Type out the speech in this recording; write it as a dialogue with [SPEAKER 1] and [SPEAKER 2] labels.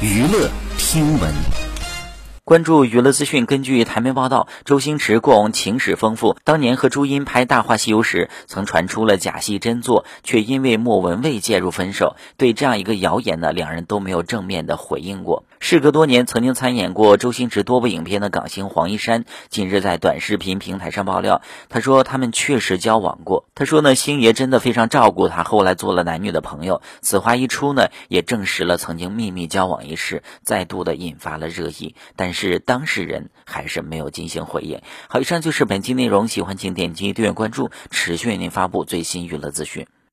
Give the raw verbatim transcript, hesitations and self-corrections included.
[SPEAKER 1] 娱乐听闻。
[SPEAKER 2] 关注娱乐资讯，根据台媒报道，周星驰过往情史丰富，当年和朱茵拍《大话西游》时，曾传出了假戏真做，却因为莫文蔚介入分手。对这样一个谣言呢，两人都没有正面的回应过。事隔多年，曾经参演过周星驰多部影片的港星黄一山，近日在短视频平台上爆料，他说他们确实交往过。他说呢，星爷真的非常照顾他，后来做了男女的朋友。此话一出呢，也证实了曾经秘密交往一事，再度的引发了热议。但是当事人还是没有进行回应。好，以上就是本期内容，喜欢请点击订阅关注，持续为您发布最新娱乐资讯。